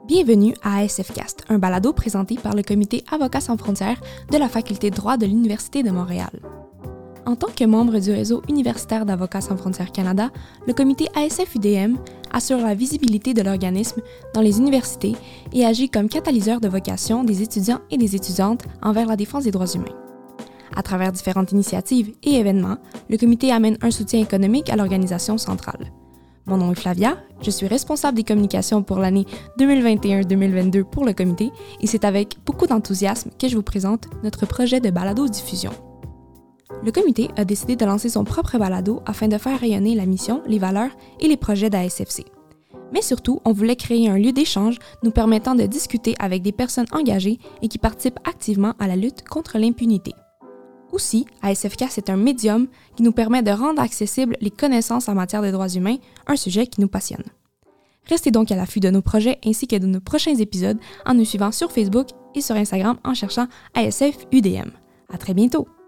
Bienvenue à ASFcast, un balado présenté par le comité Avocats sans frontières de la Faculté de droit de l'Université de Montréal. En tant que membre du réseau universitaire d'Avocats sans frontières Canada, le comité ASF-UDM assure la visibilité de l'organisme dans les universités et agit comme catalyseur de vocation des étudiants et des étudiantes envers la défense des droits humains. À travers différentes initiatives et événements, le comité amène un soutien économique à l'organisation centrale. Mon nom est Flavia, je suis responsable des communications pour l'année 2021-2022 pour le comité et c'est avec beaucoup d'enthousiasme que je vous présente notre projet de balado-diffusion. Le comité a décidé de lancer son propre balado afin de faire rayonner la mission, les valeurs et les projets d'ASFC. Mais surtout, on voulait créer un lieu d'échange nous permettant de discuter avec des personnes engagées et qui participent activement à la lutte contre l'impunité. Aussi, ASFcast est un médium qui nous permet de rendre accessibles les connaissances en matière de droits humains, un sujet qui nous passionne. Restez donc à l'affût de nos projets ainsi que de nos prochains épisodes en nous suivant sur Facebook et sur Instagram en cherchant ASF-UDM. À très bientôt!